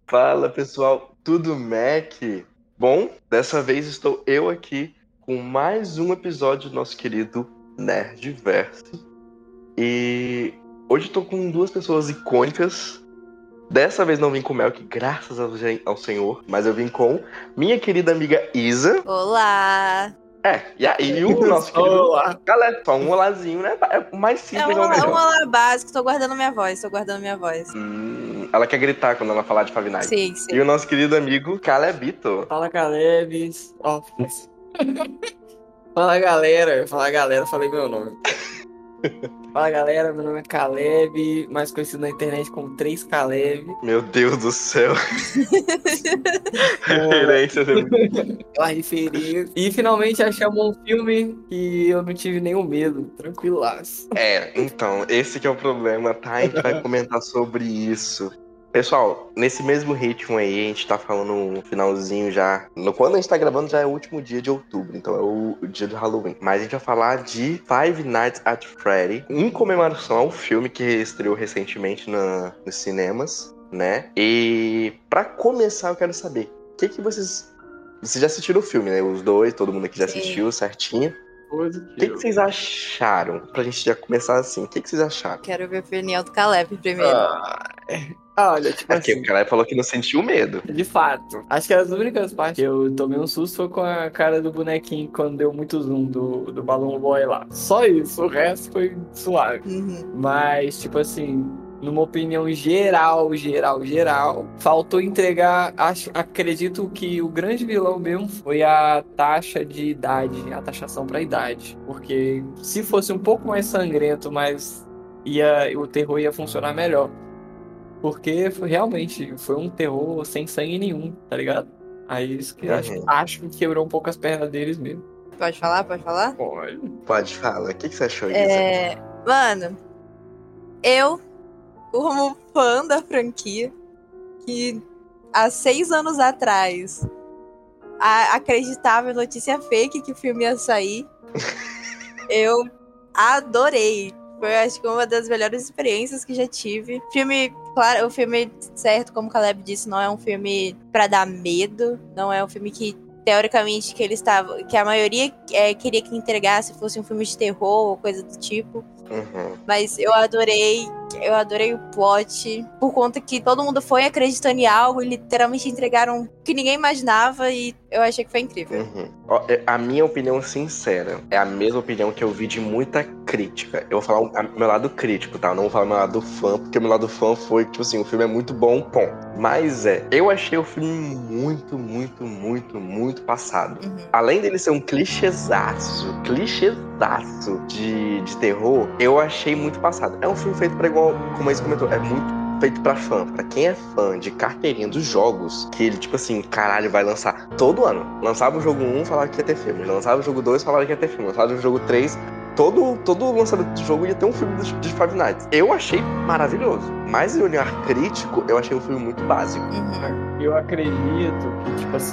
Fala pessoal, tudo Mac? Bom, dessa vez estou eu aqui com mais um episódio do nosso querido Nerdverso. E hoje estou com duas pessoas icônicas. Dessa vez não vim com o Mel, que graças ao Senhor, mas eu vim com minha querida amiga Isa. Olá! E aí o nosso querido Olá. Galera, só um olazinho, né? É o mais simples, é o Um melhor. olá básico, tô guardando minha voz. Ela quer gritar quando ela falar de Five Nights. Sim. E o nosso querido amigo Calebito. Fala, Caleb. Fala, galera. Falei meu nome. Fala, galera. Meu nome é Caleb, mais conhecido na internet como 3 Caleb. Meu Deus do céu. Referências. Ela referia. E finalmente achamos um filme que eu não tive nenhum medo. Tranquilaço. Então, esse que é o problema, tá? A gente vai comentar sobre isso. Pessoal, nesse mesmo ritmo aí, a gente tá falando no finalzinho já. Quando a gente tá gravando, já é o último dia de outubro, então é o dia do Halloween. Mas a gente vai falar de Five Nights at Freddy, em comemoração ao filme que estreou recentemente nos cinemas, né? E pra começar, eu quero saber, o que vocês... Vocês já assistiram o filme, né? Os dois, todo mundo aqui já assistiu certinho. O que vocês acharam? Pra gente já começar assim, o que vocês acharam? Quero ver a opinião do Caleb primeiro. Olha, tipo Aqui, assim... o cara falou que não sentiu medo. De fato. Acho que as únicas partes que eu tomei um susto foi com a cara do bonequinho quando deu muito zoom do Balloon Boy lá. Só isso, o resto foi suave. Mas, tipo assim, numa opinião geral, faltou entregar, acredito que o grande vilão mesmo foi a taxa de idade, a taxação pra idade. Porque se fosse um pouco mais sangrento, o terror ia funcionar melhor. Porque realmente foi um terror sem sangue nenhum, tá ligado? Aí isso que acho que quebrou um pouco as pernas deles mesmo. Pode falar? Pode falar. O que você achou disso? Mano, eu, como fã da franquia, que há 6 anos atrás acreditava em notícia fake que o filme ia sair, eu adorei. Foi, acho que, uma das melhores experiências que já tive. Claro, o filme, certo, como o Caleb disse, não é um filme pra dar medo. Não é um filme que, teoricamente, que a maioria queria que entregasse fosse um filme de terror ou coisa do tipo. Mas eu adorei o plot, por conta que todo mundo foi acreditando em algo e literalmente entregaram o que ninguém imaginava, e eu achei que foi incrível. A minha opinião sincera é a mesma opinião que eu vi de muita crítica. Eu vou falar o meu lado crítico, tá? Eu não vou falar o meu lado fã, porque o meu lado fã foi, tipo assim, o filme é muito bom, ponto. Mas eu achei o filme muito passado. Além dele ser um clichêzaço de terror, eu achei muito passado. É um filme feito pra, igual, como a Isa comentou, é muito feito pra fã. Pra quem é fã de carteirinha dos jogos, que ele, tipo assim, caralho, vai lançar todo ano. Lançava o jogo 1, falava que ia ter filme. Lançava o jogo 2, falava que ia ter filme. Lançava o jogo 3, todo lançamento do jogo ia ter um filme de Five Nights. Eu achei maravilhoso. Mas em olhar crítico, eu achei um filme muito básico. Eu acredito que, tipo assim,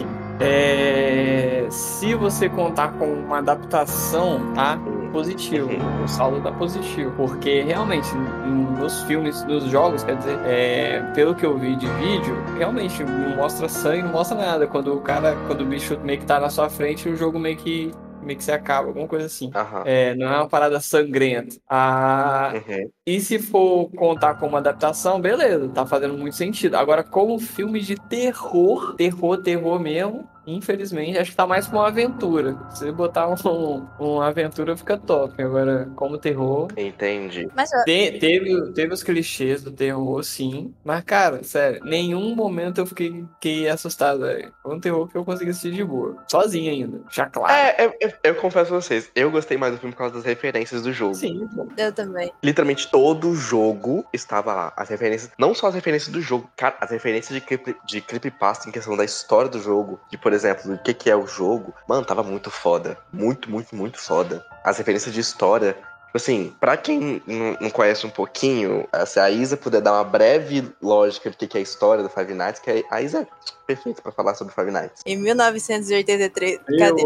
se você contar com uma adaptação, tá? Positivo, o saldo tá positivo, porque realmente nos filmes, nos jogos, quer dizer, pelo que eu vi de vídeo, realmente não mostra sangue, não mostra nada. Quando o bicho meio que tá na sua frente, o jogo meio que se acaba, alguma coisa assim. Não é uma parada sangrenta. E se for contar como adaptação, beleza, tá fazendo muito sentido. Agora, como filme de terror mesmo, infelizmente, acho que tá mais pra uma aventura. Se você botar uma aventura, fica top. Agora, como terror... Entendi. Mas Teve os clichês do terror, sim. Mas, cara, sério, nenhum momento eu fiquei assustado, velho. Foi um terror que eu consegui assistir de boa. Sozinho ainda, já claro. Eu confesso a vocês, eu gostei mais do filme por causa das referências do jogo. Sim, pô. Eu também. Literalmente todo o jogo estava lá. As referências, não só as referências do jogo, cara, as referências de creepypasta em questão da história do jogo, de, por exemplo, o que é o jogo. Mano, tava muito foda. Muito foda. As referências de história. Assim, pra quem não conhece um pouquinho, se a Isa puder dar uma breve lógica do que é a história do Five Nights, que a Isa é perfeita pra falar sobre Five Nights. Em 1983... Cadê?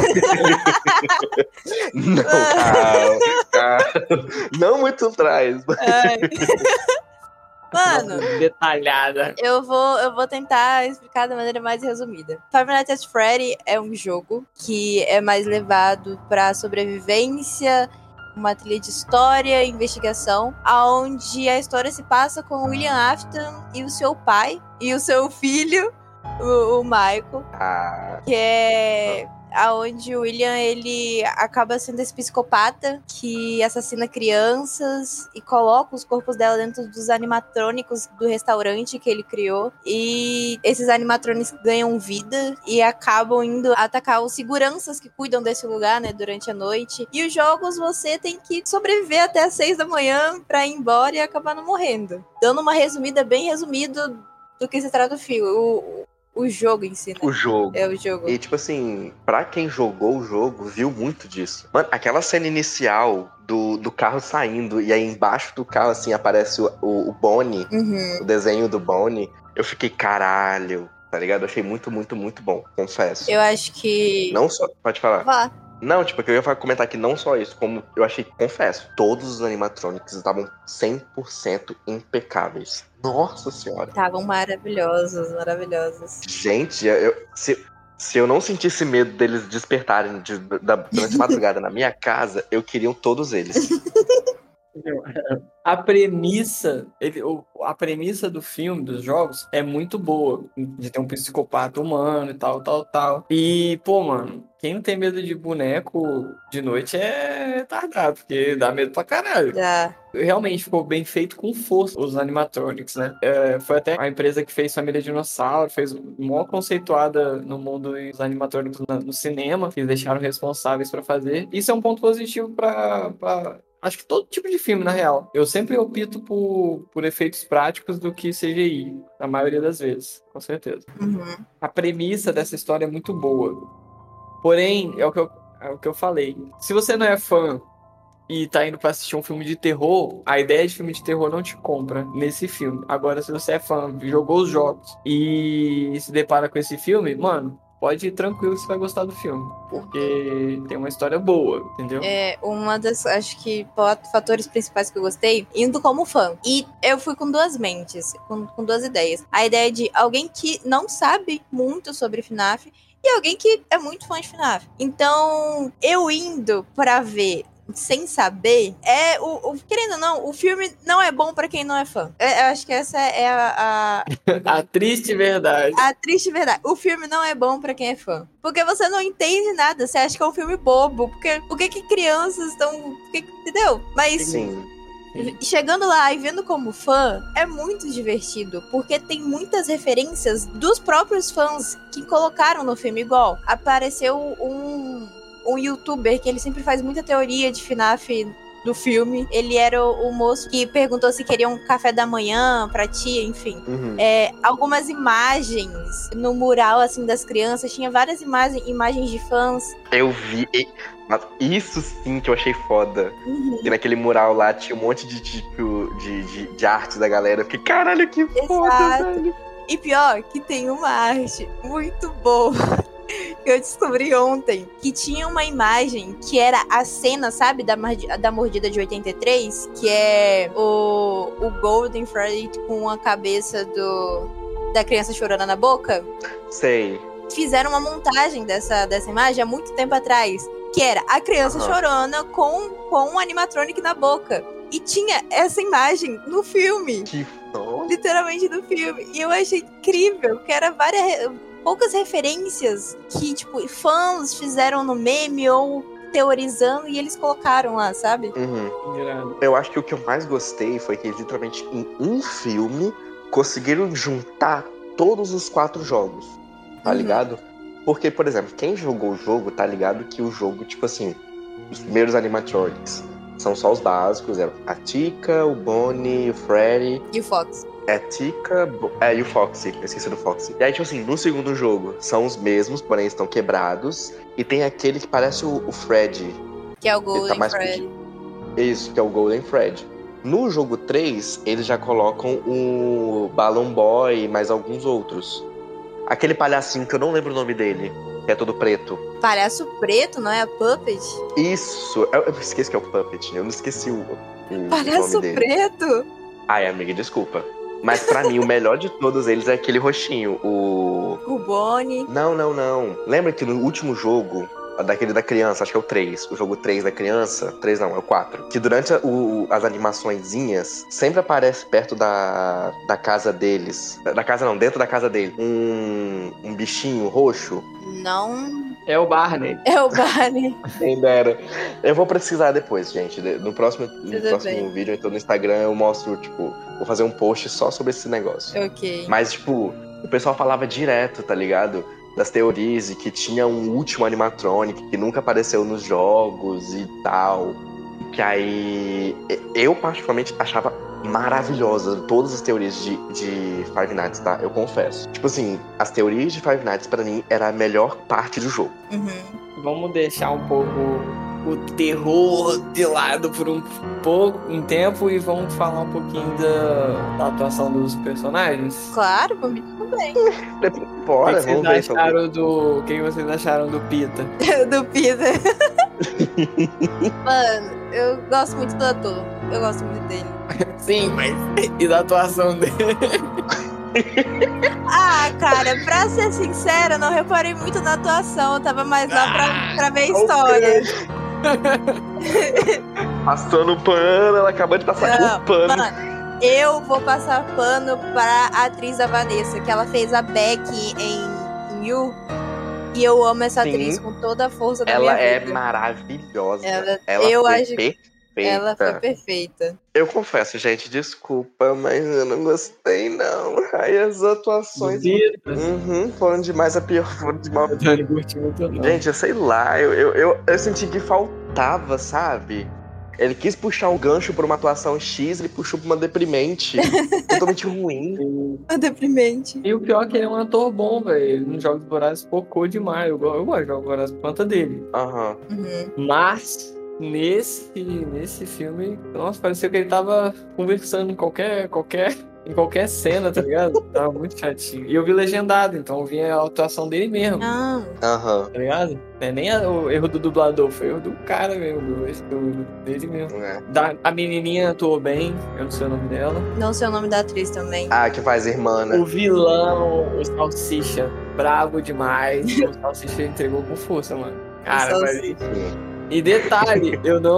Não, calma. Não muito atrás. Mano, Detalhada. eu vou tentar explicar da maneira mais resumida. Five Nights at Freddy é um jogo que é mais levado pra sobrevivência, uma trilha de história e investigação, onde a história se passa com o William Afton e o seu pai e o seu filho, o Michael, que é aonde o William, ele acaba sendo esse psicopata que assassina crianças e coloca os corpos dela dentro dos animatrônicos do restaurante que ele criou, e esses animatrônicos ganham vida e acabam indo atacar os seguranças que cuidam desse lugar, né, durante a noite. E os jogos você tem que sobreviver até as 6 da manhã pra ir embora e acabar não morrendo. Dando uma resumida bem resumida do que se trata do filme. O jogo em si, né? O jogo. É o jogo. E, tipo assim, pra quem jogou o jogo, viu muito disso. Mano, aquela cena inicial do carro saindo e aí embaixo do carro, assim, aparece o Bonnie, o desenho do Bonnie. Eu fiquei, caralho, tá ligado? Eu achei muito, muito, muito bom, confesso. Eu acho que... Não só... Pode falar. Vá. Não, tipo, eu ia comentar que não só isso, como eu achei, confesso, todos os animatronics estavam 100% impecáveis. Nossa senhora. Estavam maravilhosos, maravilhosos. Gente, se eu não sentisse medo deles despertarem durante a madrugada na minha casa, eu queria todos eles. A premissa do filme, dos jogos, é muito boa. De ter um psicopata humano e tal. E, pô, mano, quem não tem medo de boneco de noite é tardado, porque dá medo pra caralho. Realmente ficou bem feito com força os animatronics, né? Foi até a empresa que fez Família Dinossauro, fez maior conceituada no mundo dos animatronics no cinema, que eles deixaram responsáveis pra fazer. Isso é um ponto positivo pra acho que todo tipo de filme, na real. Eu sempre opto por efeitos práticos do que CGI, na maioria das vezes, com certeza. A premissa dessa história é muito boa. Porém, é o que eu falei. Se você não é fã e tá indo pra assistir um filme de terror, a ideia de filme de terror não te compra nesse filme. Agora, se você é fã, jogou os jogos e se depara com esse filme, mano, pode ir tranquilo que você vai gostar do filme. Porque tem uma história boa, entendeu? Uma das, acho que, fatores principais que eu gostei, indo como fã. E eu fui com duas mentes, com duas ideias. A ideia de alguém que não sabe muito sobre FNAF e alguém que é muito fã de FNAF. Então, eu indo pra ver sem saber, querendo ou não, o filme não é bom pra quem não é fã. Eu acho que essa é a triste verdade. A triste verdade. O filme não é bom pra quem é fã. Porque você não entende nada. Você acha que é um filme bobo. Por que crianças estão... Entendeu? Mas... Sim. Chegando lá e vendo como fã, é muito divertido, porque tem muitas referências dos próprios fãs que colocaram no filme. Igual, apareceu um youtuber que ele sempre faz muita teoria de FNAF do filme. Ele era o moço que perguntou se queria um café da manhã pra tia, enfim. Algumas imagens no mural, assim, das crianças. Tinha várias imagens de fãs. Eu vi... Isso sim que eu achei foda. E naquele mural lá tinha um monte de tipo de arte da galera. Eu fiquei, caralho, que foda, velho. E pior, que tem uma arte muito boa que eu descobri ontem, que tinha uma imagem que era a cena, sabe, da mordida de 83, que é o Golden Freddy com a cabeça da criança chorando na boca. Sei. Fizeram uma montagem dessa imagem há muito tempo atrás, que era a criança chorando com um animatronic na boca. E tinha essa imagem no filme. Que foda. Literalmente no filme. E eu achei incrível, que era poucas referências que, tipo, fãs fizeram no meme ou teorizando e eles colocaram lá, sabe? Eu acho que o que eu mais gostei foi que literalmente em um filme conseguiram juntar todos os 4 jogos, tá ligado? Porque, por exemplo, quem jogou o jogo tá ligado que o jogo, tipo assim, os primeiros animatronics são só os básicos, a Tika, o Bonnie, o Freddy. E o Fox. Tika, e o Foxy, eu esqueci do Foxy. E aí, tipo assim, no segundo jogo, são os mesmos, porém estão quebrados. E tem aquele que parece o Freddy. Que é o Golden Freddy. Isso, que é o Golden Freddy. No jogo 3, eles já colocam o Balloon Boy e mais alguns outros. Aquele palhacinho que eu não lembro o nome dele, que é todo preto. Palhaço preto, não é a Puppet? Isso, eu esqueci que é o Puppet, eu não esqueci o Palhaço nome dele. preto? Ai, amiga, desculpa. Mas pra mim, o melhor de todos eles é aquele roxinho, O Bonnie. Não. Lembra que no último jogo, daquele da criança, acho que é o 3, o jogo 3 da criança, 3 não, é o 4, que durante as animaçõezinhas, sempre aparece perto da casa deles, da casa não, dentro da casa dele, um bichinho roxo. Não. É o Barney. É o Barney. Quem dera. Eu vou pesquisar depois, gente. No próximo vídeo, então no Instagram, eu mostro, tipo, vou fazer um post só sobre esse negócio. Ok. Mas, tipo, o pessoal falava direto, tá ligado? Das teorias e que tinha um último animatronic que nunca apareceu nos jogos e tal. Que aí eu particularmente achava maravilhosa todas as teorias de Five Nights, tá? Eu confesso. Tipo assim, as teorias de Five Nights pra mim era a melhor parte do jogo. Uhum. Vamos deixar um pouco o terror de lado por um tempo e vamos falar um pouquinho da atuação dos personagens. Claro, por mim tudo bem. Bora, O que vocês acharam do Pita? Do Peter. Mano, eu gosto muito do ator. Eu gosto muito dele. Sim, mas e da atuação dele? Ah, cara, pra ser sincera, eu não reparei muito na atuação. Eu tava mais lá pra ver a história. Passando pano, ela acabou de passar o pano. Mano, eu vou passar pano pra atriz da Vanessa, que ela fez a Beck em You. E eu amo essa atriz com toda a força da minha vida. Ela é maravilhosa. Eu foi acho perfeita. Ela foi perfeita. Eu confesso, gente, desculpa, mas eu não gostei, não. Aí as atuações foram demais, a pior. Foram demais. Gente, eu sei lá, eu senti que faltava, sabe? Ele quis puxar um gancho pra uma atuação X, ele puxou pra uma deprimente. Totalmente ruim. Uma deprimente. E o pior é que ele é um ator bom, velho. Nos Jogos Vorazes focou demais. Eu gosto de Jogos Vorazes por conta dele. Mas nesse filme, nossa, pareceu que ele tava conversando em qualquer cena, tá ligado? Tava muito chatinho. E eu vi legendado, então eu vi a atuação dele mesmo. Tá ligado? Não é nem o erro do dublador, foi o erro do cara mesmo, dele mesmo. A menininha atuou bem, eu não sei o nome dela. Não sei o nome da atriz também. Ah, que faz a irmã, né? O vilão, o Salsicha, bravo demais. O Salsicha entregou com força, mano. Cara, E detalhe,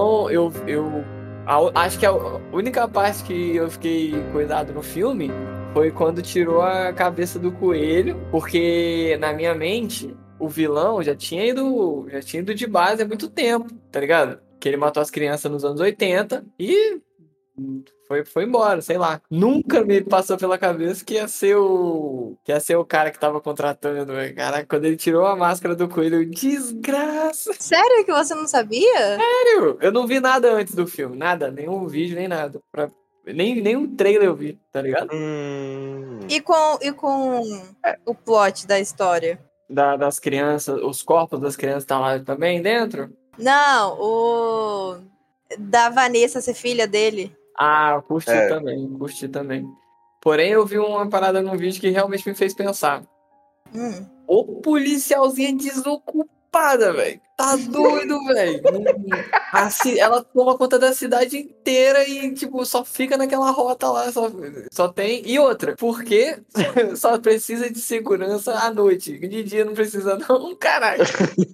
acho que a única parte que eu fiquei cuidado no filme foi quando tirou a cabeça do coelho, porque na minha mente o vilão já tinha ido de base há muito tempo, tá ligado? Que ele matou as crianças nos anos 80 e foi embora, sei lá. Nunca me passou pela cabeça que ia ser o cara que tava contratando, velho. Caraca, quando ele tirou a máscara do coelho, desgraça! Sério que você não sabia? Sério! Eu não vi nada antes do filme, nada, nenhum vídeo, nem nada. Nem um trailer eu vi, tá ligado? E com o plot da história? Das crianças, os corpos das crianças estão lá também dentro? Não, o da Vanessa ser filha dele. Ah, curti também. Porém, eu vi uma parada num vídeo que realmente me fez pensar. O policialzinha desocupada, velho. Tá doido, velho. Ela toma conta da cidade inteira e, tipo, só fica naquela rota lá. Só tem. E outra, porque só precisa de segurança à noite. De dia não precisa, não, caralho.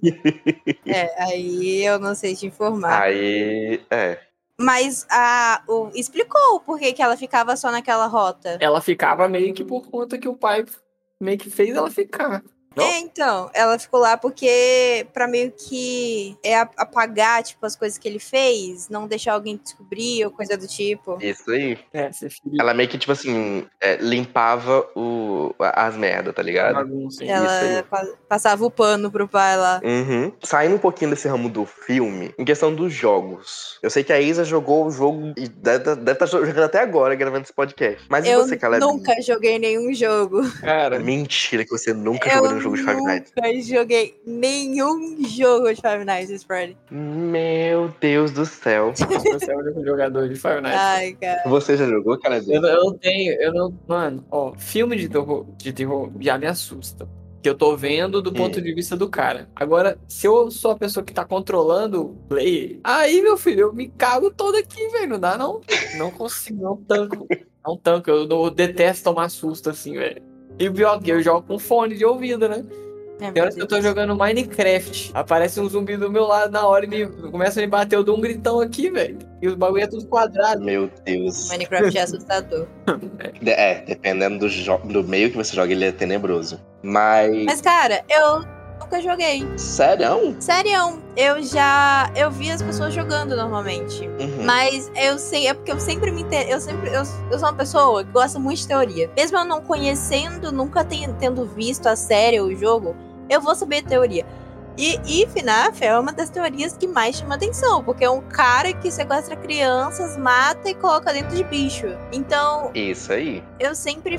Aí eu não sei te informar. Mas explicou o porquê que ela ficava só naquela rota. Ela ficava meio que por conta que o pai meio que fez ela ficar. Então, ela ficou lá porque pra meio que apagar, tipo, as coisas que ele fez, não deixar alguém descobrir ou coisa do tipo. Isso aí. Ela meio que, tipo assim, limpava as merdas, tá ligado? Ela passava o pano pro pai lá. Saindo um pouquinho desse ramo do filme, em questão dos jogos. Eu sei que a Isa jogou o jogo e deve estar jogando até agora, gravando esse podcast. Mas e você, Caleb? Eu nunca joguei nenhum jogo. Cara, mentira que você nunca jogou nenhum jogo de Five Nights. Eu nunca joguei nenhum jogo de Five Nights at Freddy's. Meu Deus do céu. Você é o único jogador de Five Nights. Ai, cara. Você já jogou, cara? Mano, filme de terror já me assusta. Que eu tô vendo do ponto de vista do cara. Agora, se eu sou a pessoa que tá controlando o play, aí, meu filho, eu me cago todo aqui, velho. Não dá, não. Não consigo, não tanco. É um tanque, eu detesto tomar susto assim, velho. E o pior que eu jogo com fone de ouvido, né? Tem horas que eu tô jogando Minecraft, aparece um zumbi do meu lado na hora e começa a me bater, eu dou um gritão aqui, velho. E os bagulho é tudo quadrado. Meu Deus. Minecraft é assustador. Dependendo do meio que você joga, ele é tenebroso. Mas cara, eu nunca joguei. Sério? Sério, eu vi as pessoas jogando normalmente. Uhum. Mas eu sei, é porque eu sempre me eu sou uma pessoa que gosta muito de teoria. Mesmo eu não conhecendo, nunca tendo visto a série ou o jogo, eu vou saber teoria. E FNAF é uma das teorias que mais chama atenção, porque é um cara que sequestra crianças, mata e coloca dentro de bicho. Então, isso aí. eu sempre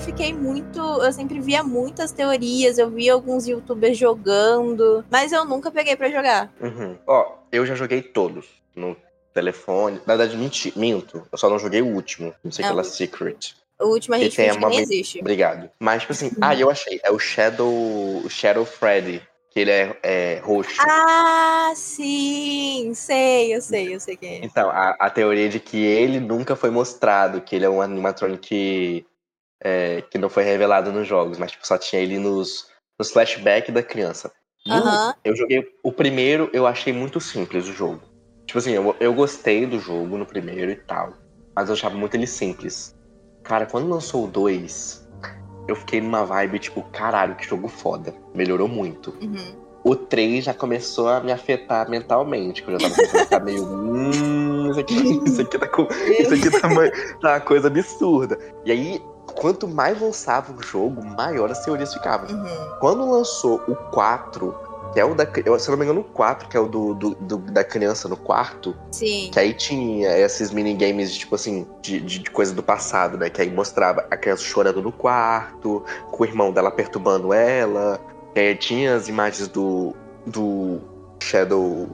via muitas teorias, eu vi alguns youtubers jogando, mas eu nunca peguei pra jogar. Uhum. Ó, eu já joguei todos no telefone. Na verdade, minto. Eu só não joguei o último. Não sei aquela Secret. O último a gente finge que nem existe. Obrigado. Mas, tipo assim, eu achei. É o Shadow Freddy. Que ele é roxo. Ah, sim! Eu sei quem é. Então, a teoria de que ele nunca foi mostrado, que ele é um animatronic que não foi revelado nos jogos, mas tipo, só tinha ele nos flashbacks da criança. Eu joguei o primeiro, eu achei muito simples o jogo. Tipo assim, eu gostei do jogo no primeiro e tal, mas eu achava muito ele simples. Cara, quando lançou o 2... eu fiquei numa vibe, tipo, caralho, que jogo foda. Melhorou muito. Uhum. O 3 já começou a me afetar mentalmente, que eu já tava começando a ficar meio... isso aqui tá uma coisa absurda. E aí, quanto mais lançava o jogo, maior as teorias ficavam. Uhum. Quando lançou o 4... que é o se eu não me engano, o 4, que é o da criança no quarto. Sim. Que aí tinha esses minigames, tipo assim, de coisa do passado, né? Que aí mostrava a criança chorando no quarto, com o irmão dela perturbando ela. Que aí tinha as imagens do Shadow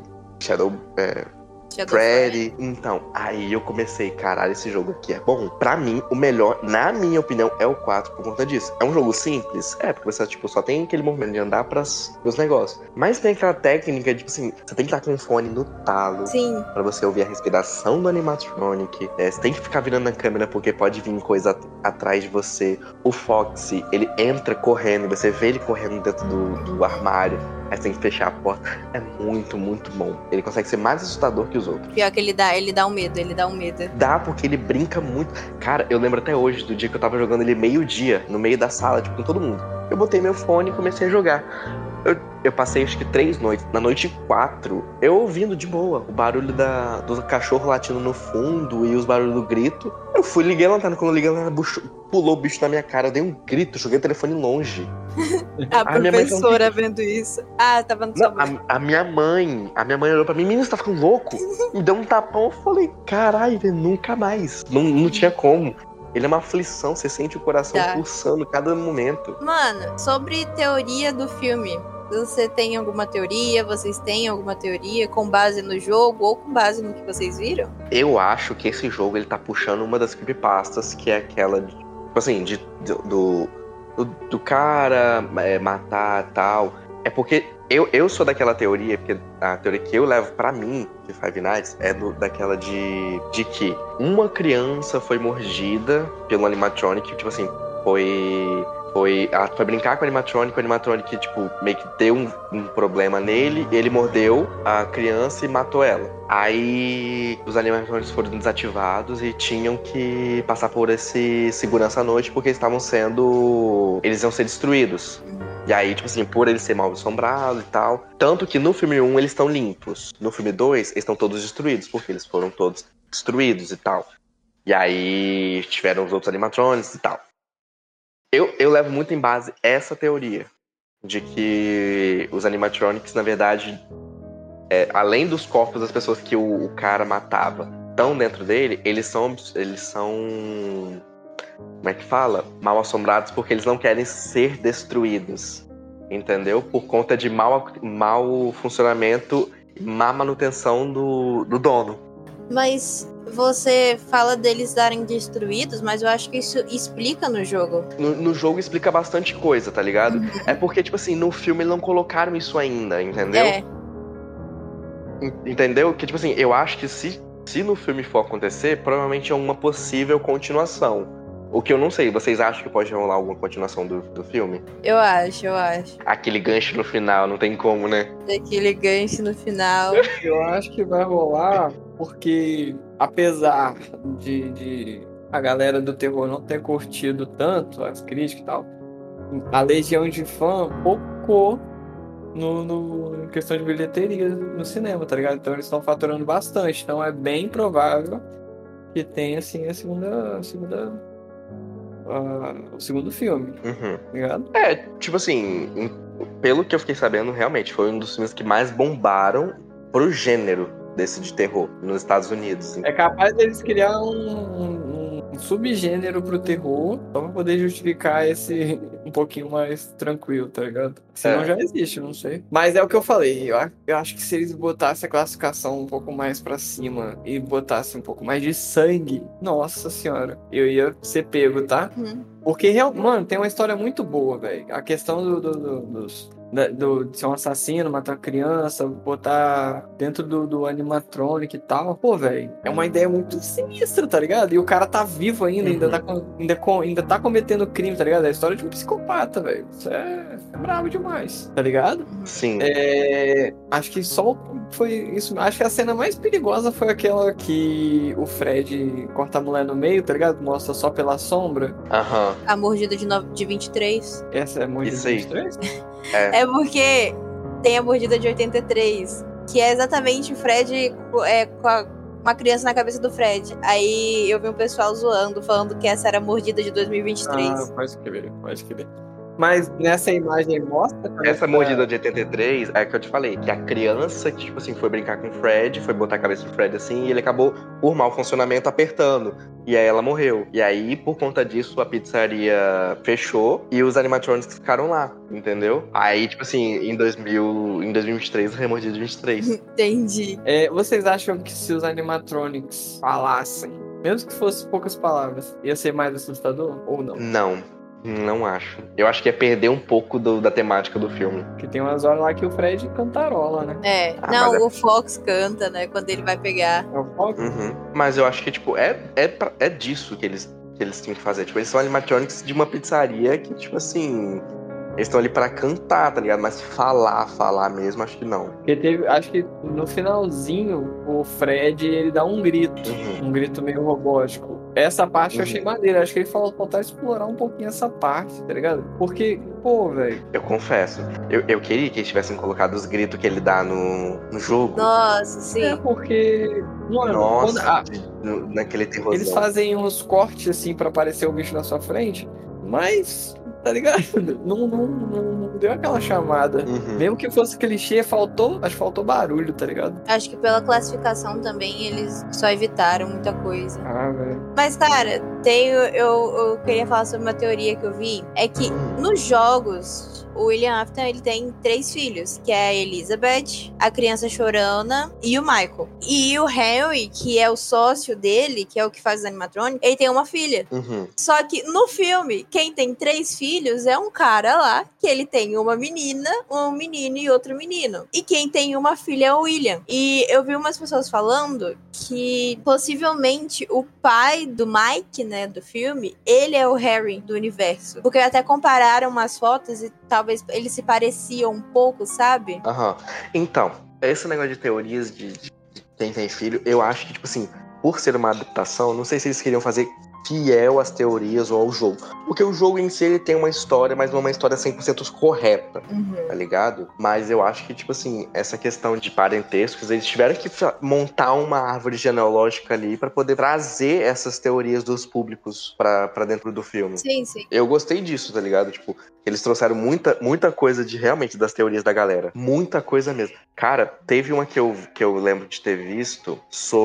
Freddy. Então, aí eu comecei, caralho, esse jogo aqui é bom. Pra mim, o melhor, na minha opinião, é o 4 por conta disso. É um jogo simples? É, porque você, tipo, só tem aquele movimento de andar pros negócios. Mas tem aquela técnica, tipo assim, você tem que estar com o fone no talo. Sim. Pra você ouvir a respiração do animatronic. Você tem que ficar virando a câmera porque pode vir coisa atrás de você. O Foxy, ele entra correndo, você vê ele correndo dentro do armário. Aí você tem que fechar a porta. É muito, muito bom. Ele consegue ser mais assustador que os outros. Pior que ele dá um medo. Dá, porque ele brinca muito. Cara, eu lembro até hoje do dia que eu tava jogando ele meio-dia, no meio da sala, tipo, com todo mundo. Eu botei meu fone e comecei a jogar. Eu passei acho que 3 noites. Na noite 4, eu ouvindo de boa o barulho do cachorro latindo no fundo e os barulhos do grito. Eu fui, liguei a lanterna. Quando eu liguei a lanterna, pulou o bicho na minha cara. Eu dei um grito, joguei o telefone longe. A professora vendo isso. Tava no seu a minha mãe olhou pra mim, menino, você tá ficando louco? Me deu um tapão, eu falei, caralho, nunca mais. Não tinha como. Ele é uma aflição, você sente o coração pulsando cada momento. Mano, sobre teoria do filme, você tem alguma teoria? Vocês têm alguma teoria com base no jogo ou com base no que vocês viram? Eu acho que esse jogo, ele tá puxando uma das creepypastas, que é aquela, tipo assim, do cara matar e tal. É porque eu sou daquela teoria, porque a teoria que eu levo pra mim de Five Nights é daquela de que uma criança foi mordida pelo animatronic, tipo assim, ela foi brincar com o animatronic, tipo, meio que deu um problema nele, ele mordeu a criança e matou ela. Aí os animatronics foram desativados e tinham que passar por esse segurança à noite, porque eles iam ser destruídos. E aí, tipo assim, por eles ser mal assombrados e tal. Tanto que no filme 1 eles estão limpos. No filme 2 eles estão todos destruídos, porque eles foram todos destruídos e tal. E aí tiveram os outros animatronics e tal. Eu levo muito em base essa teoria de que os animatronics, na verdade, além dos corpos das pessoas que o cara matava, estão dentro dele, eles são como é que fala? Mal assombrados porque eles não querem ser destruídos, entendeu? Por conta de mau funcionamento e má manutenção do dono. Mas você fala deles darem destruídos, mas eu acho que isso explica no jogo. No jogo explica bastante coisa, tá ligado? Uhum. É porque, tipo assim, no filme eles não colocaram isso ainda, entendeu? Entendeu? Que, tipo assim, eu acho que se no filme for acontecer, provavelmente é uma possível continuação. O que eu não sei, vocês acham que pode rolar alguma continuação do filme? Eu acho. Aquele gancho no final, não tem como, né? Aquele gancho no final. Eu acho que vai rolar porque, apesar de a galera do terror não ter curtido tanto as críticas e tal, a legião de fã focou em questão de bilheteria no cinema, tá ligado? Então eles estão faturando bastante. Então é bem provável que tenha, assim, o segundo filme, Uhum. tá ligado? Tipo assim, pelo que eu fiquei sabendo, realmente foi um dos filmes que mais bombaram pro gênero desse de terror nos Estados Unidos. É capaz deles criar um subgênero pro terror só pra poder justificar esse um pouquinho mais tranquilo, tá ligado? Senão já existe, não sei. Mas é o que eu falei, eu acho que se eles botassem a classificação um pouco mais pra cima e botassem um pouco mais de sangue, nossa senhora, eu ia ser pego, tá? Porque, mano, tem uma história muito boa, velho. A questão de ser um assassino, matar uma criança, botar dentro do animatronic e tal. Pô, velho, é uma ideia muito sinistra, tá ligado? E o cara tá vivo ainda, ainda tá cometendo crime, tá ligado? É a história de um psicopata, velho. Isso é brabo demais, tá ligado? Sim. Acho que só foi isso. Acho que a cena mais perigosa foi aquela que o Fred corta a mulher no meio, tá ligado? Mostra só pela sombra. Aham. A mordida de 23. Essa é a mordida de 23? É porque tem a mordida de 83, que é exatamente o Fred com uma criança na cabeça do Fred. Aí eu vi um pessoal zoando, falando que essa era a mordida de 2023. Ah, pode crer. Mas nessa imagem mostra... Essa mordida de 83 é que eu te falei, que a criança que, tipo assim, foi brincar com o Fred, foi botar a cabeça do Fred assim, e ele acabou, por mau funcionamento, apertando. E aí ela morreu. E aí, por conta disso, a pizzaria fechou e os animatronics ficaram lá, entendeu? Aí, tipo assim, em 2023, a mordida de 23. Entendi. Vocês acham que se os animatronics falassem, mesmo que fosse poucas palavras, ia ser mais assustador ou não? Não acho. Eu acho que é perder um pouco da temática do filme. Porque tem umas horas lá que o Fred cantarola, né? O Fox canta, né? Quando ele vai pegar. É o Fox? Uhum. Mas eu acho que, tipo, é disso que eles têm que fazer. Tipo, eles são animatronics de uma pizzaria que, tipo assim... Eles estão ali pra cantar, tá ligado? Mas falar mesmo, acho que não. Porque acho que no finalzinho, o Fred, ele dá um grito. Um grito meio robótico. Essa parte eu achei maneira. Acho que ele faltar explorar um pouquinho essa parte, tá ligado? Porque, pô, velho... Eu confesso. Eu queria que eles tivessem colocado os gritos que ele dá no jogo. Nossa, sim. Porque... Mano, nossa, naquele terrorzão. Eles fazem uns cortes, assim, pra aparecer o bicho na sua frente, mas... Tá ligado? Não deu aquela chamada. Mesmo que fosse clichê, acho que faltou barulho, tá ligado? Acho que pela classificação também eles só evitaram muita coisa. Velho. Mas, cara, eu queria falar sobre uma teoria que eu vi. É que nos jogos, o William Afton, ele tem 3 filhos, que é a Elizabeth, a criança chorona e o Michael. E o Henry, que é o sócio dele, que é o que faz os animatrônicos, ele tem uma filha. Só que no filme, quem tem 3 filhos é um cara lá, que ele tem uma menina, um menino e outro menino. E quem tem uma filha é o William. E eu vi umas pessoas falando que possivelmente o pai do Mike, né, do filme, ele é o Harry do universo. Porque até compararam umas fotos e talvez eles se pareciam um pouco, sabe? Então, esse negócio de teorias de quem tem filho, eu acho que, tipo assim, por ser uma adaptação, não sei se eles queriam fazer fiel às teorias ou ao jogo. Porque o jogo em si, ele tem uma história, mas não é uma história 100% correta, tá ligado? Mas eu acho que, tipo assim, essa questão de parentescos, eles tiveram que montar uma árvore genealógica ali pra poder trazer essas teorias dos públicos pra dentro do filme. Sim. Eu gostei disso, tá ligado? Tipo, eles trouxeram muita coisa realmente das teorias da galera. Muita coisa mesmo. Cara, teve uma que eu lembro de ter visto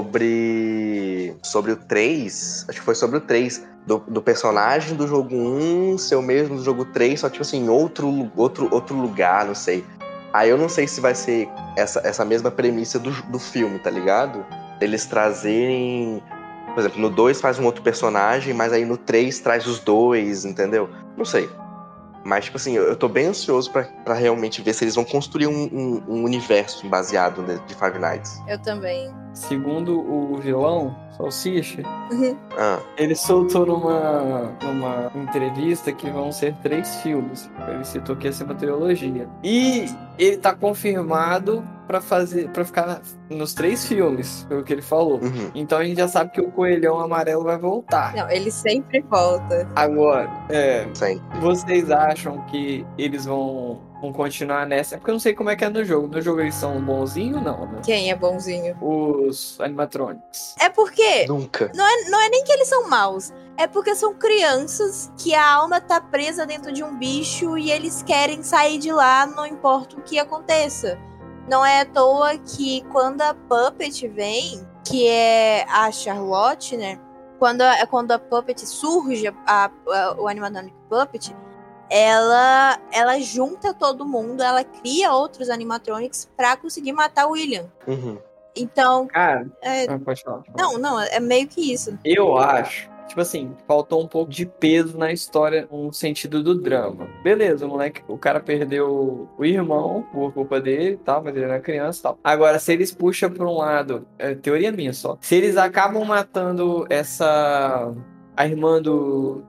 sobre o 3, acho que foi sobre o 3, do personagem do jogo 1 ser o mesmo do jogo 3, só tipo assim, em outro lugar, não sei. Aí eu não sei se vai ser essa mesma premissa do filme, tá ligado? Eles trazerem... Por exemplo, no 2 faz um outro personagem, mas aí no 3 traz os dois, entendeu? Não sei. Mas, tipo assim, eu tô bem ansioso pra realmente ver se eles vão construir um universo baseado de Five Nights. Eu também. segundo o vilão, Salsicha, Ah, ele soltou numa entrevista que vão ser 3 filmes. Ele citou que ia ser uma trilogia. E ele tá confirmado pra ficar nos 3 filmes, pelo que ele falou. uhum. Então a gente já sabe que o Coelhão Amarelo vai voltar. Não, ele sempre volta. Agora, Sim. vocês acham que eles vão continuar nessa? Porque eu não sei como é que é no jogo. No jogo eles são bonzinhos ou não, né? Quem é bonzinho? Os animatronics. É porque Nunca. não é nem que eles são maus. É porque são crianças que a alma tá presa dentro de um bicho e eles querem sair de lá, não importa o que aconteça. Não é à toa que quando a Puppet vem, que é a Charlotte, né? Quando a Puppet surge, o animatronic Puppet, ela junta todo mundo, ela cria outros animatronics pra conseguir matar o William. Uhum. Então, Cara, pode falar. não, é meio que isso. Eu acho, tipo assim, faltou um pouco de peso na história no sentido do drama. Beleza, o cara perdeu o irmão por culpa dele, tal, mas ele era criança e tal. Agora, se eles puxam pra um lado, é teoria minha só, se eles acabam matando a irmã do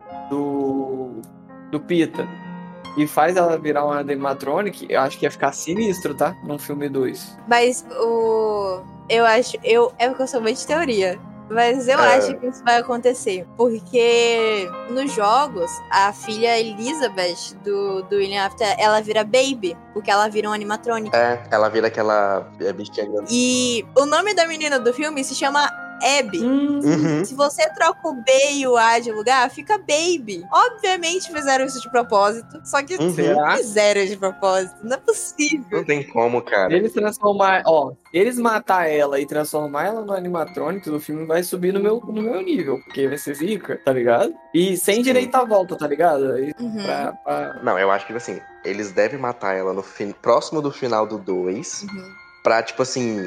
Pita e faz ela virar uma animatronic, eu acho que ia ficar sinistro, tá? Num filme 2. Mas é porque eu sou muito de teoria. Mas eu acho que isso vai acontecer. Porque nos jogos, a filha Elizabeth do William After, ela vira Baby. Porque ela vira um animatronic. Ela vira aquela bichinha grande. E o nome da menina do filme se chama Abby. Uhum. Se você troca o B e o A de lugar, fica Baby. Obviamente fizeram isso de propósito. Só que Será? fizeram de propósito. Não é possível. Não tem como, cara. Eles matar ela e transformar ela no animatronic do filme vai subir no meu nível, porque vai ser zica, tá ligado? E sem direito à volta, tá ligado? Uhum. Não, eu acho que assim, eles devem matar ela próximo do final do 2, pra, tipo assim,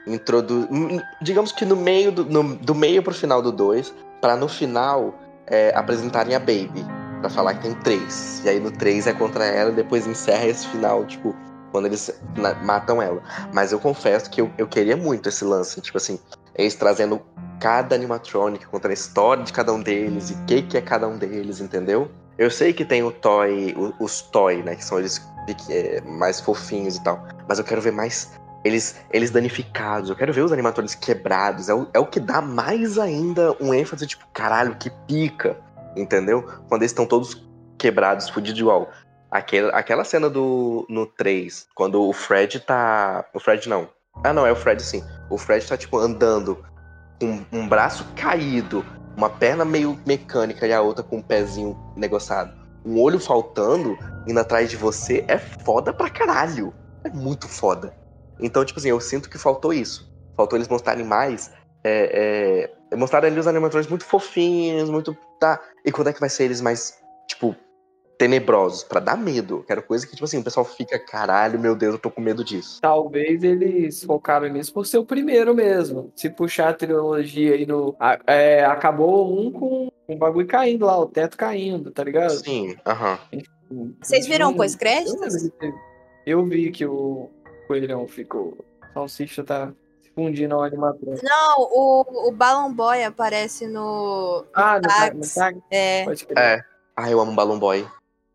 digamos que no meio do meio pro final do 2, pra no final apresentarem a Baby, pra falar que tem 3. E aí no 3 é contra ela e depois encerra esse final, tipo, quando eles matam ela. Mas eu confesso que eu queria muito esse lance, tipo assim, eles trazendo cada animatronic, contando a história de cada um deles e o que é cada um deles, entendeu? Eu sei que tem os toy, né, que são eles mais fofinhos e tal, mas eu quero ver mais eles danificados, eu quero ver os animatronics quebrados, é o que dá mais ainda um ênfase, tipo, caralho, que pica, entendeu? Quando eles estão todos quebrados, fudidos igual. Aquela cena no 3, quando o Fred tá... O Fred não. Ah, não, é o Fred sim. O Fred tá, tipo, andando com um braço caído, uma perna meio mecânica e a outra com um pezinho negociado. Um olho faltando, indo atrás de você, é foda pra caralho. É muito foda. Então, tipo assim, eu sinto que faltou isso. Faltou eles mostrarem mais... mostrarem ali os animatrônicos muito fofinhos, muito... Tá. E quando é que vai ser eles mais, tipo... tenebrosos, pra dar medo. Quero coisa que, tipo assim, o pessoal fica, caralho, meu Deus, eu tô com medo disso. Talvez eles focaram nisso por ser o primeiro mesmo. Se puxar a trilogia aí acabou um com o bagulho caindo lá, o teto caindo, tá ligado? Sim, aham. Vocês viram pós-créditos? Eu vi que o Coelhão ficou... Salsicha tá se fundindo ao animatrônico. Não, o Balloon Boy aparece no no tag? É. Pode crer. Eu amo Balloon Boy.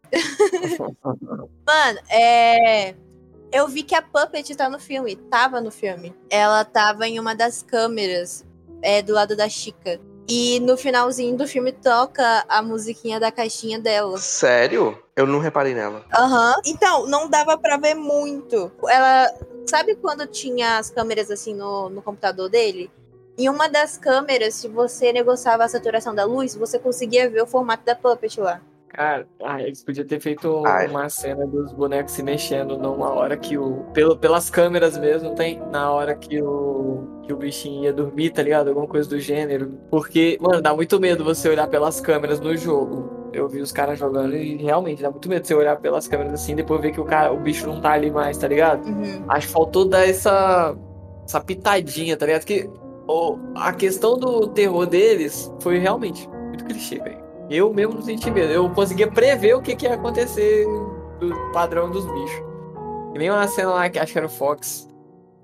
Mano, eu vi que a Puppet tava no filme. Ela tava em uma das câmeras do lado da Chica. E no finalzinho do filme toca a musiquinha da caixinha dela. Sério? Eu não reparei nela. Então, não dava pra ver muito. Ela... Sabe quando tinha as câmeras assim no computador dele? Em uma das câmeras, se você negociava a saturação da luz, você conseguia ver o formato da Puppet lá. Cara, eles podiam ter feito uma cena dos bonecos se mexendo numa hora que pelas câmeras mesmo, tem na hora que o bichinho ia dormir, tá ligado? Alguma coisa do gênero. Porque, mano, dá muito medo você olhar pelas câmeras no jogo. Eu vi os caras jogando e realmente dá muito medo você olhar pelas câmeras assim e depois ver que o bicho não tá ali mais, tá ligado? Acho que faltou dar essa pitadinha, tá ligado? Que a questão do terror deles foi realmente muito clichê, velho. Eu mesmo não senti medo. Eu conseguia prever o que ia acontecer do padrão dos bichos. E nem uma cena lá que acho que era o Fox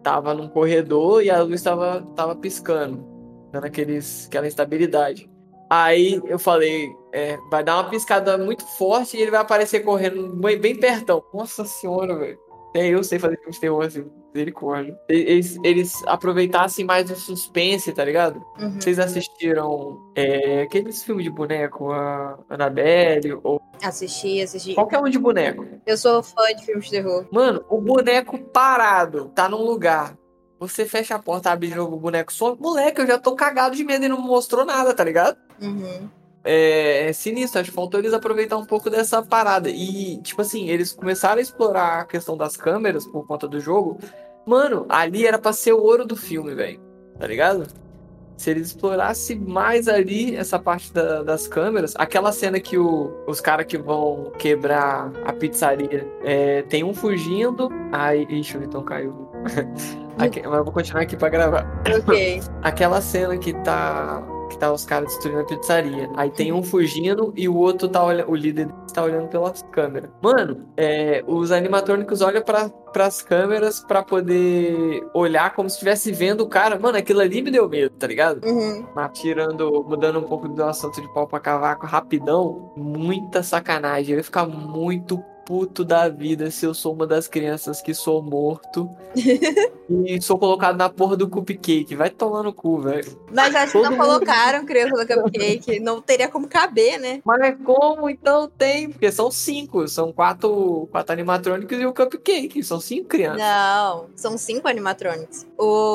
tava num corredor e a luz tava piscando, dando aquela instabilidade. Aí eu falei, vai dar uma piscada muito forte e ele vai aparecer correndo bem pertão. Nossa senhora, velho. Até eu sei fazer filme de terror assim, misericórdia. Eles aproveitassem mais o suspense, tá ligado? Uhum. Vocês assistiram aqueles filmes de boneco, a Annabelle, ou Assisti. qualquer um de boneco? Eu sou fã de filmes de terror. Mano, o boneco parado, tá num lugar. Você fecha a porta, abre de novo o boneco some. Moleque, eu já tô cagado de medo e não mostrou nada, tá ligado? Uhum. É sinistro, acho que faltou eles aproveitar um pouco dessa parada. E, tipo assim, eles começaram a explorar a questão das câmeras por conta do jogo. Mano, ali era pra ser o ouro do filme, velho. Tá ligado? Se eles explorassem mais ali essa parte das câmeras, aquela cena que os caras que vão quebrar a pizzaria, tem um fugindo. Aí, ixi, o Vitão caiu. Mas eu vou continuar aqui pra gravar. Ok. Aquela cena que tá os caras destruindo a pizzaria. Aí tem um fugindo e o outro o líder tá olhando pelas câmeras. Mano, os animatrônicos olham pras câmeras pra poder olhar como se estivesse vendo o cara. Mano, aquilo ali me deu medo, tá ligado? Uhum. Mas mudando um pouco do assunto de pau pra cavaco rapidão, muita sacanagem. Eu ia ficar muito puto da vida se eu sou uma das crianças que sou morto e sou colocado na porra do cupcake. Vai tomar no cu, velho. Mas acho que não colocaram criança no cupcake. Não teria como caber, né? Mas como então tem? Porque são 5. São 4 animatrônicos e o cupcake. São 5 crianças. Não, são 5 animatronics.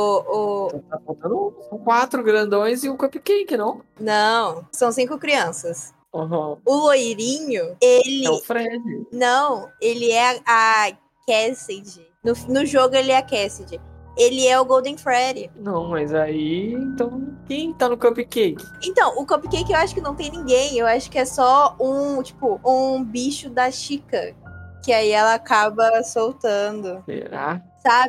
Tá faltando, são 4 grandões e o cupcake, não? Não, são 5 crianças. Uhum. O loirinho, ele... É o Fred. Não, ele é a Cassidy. No jogo ele é a Cassidy. Ele é o Golden Freddy. Não, mas aí, então, quem tá no cupcake? Então, o cupcake eu acho que não tem ninguém. Eu acho que é só um bicho da Chica. Que aí ela acaba soltando. Será?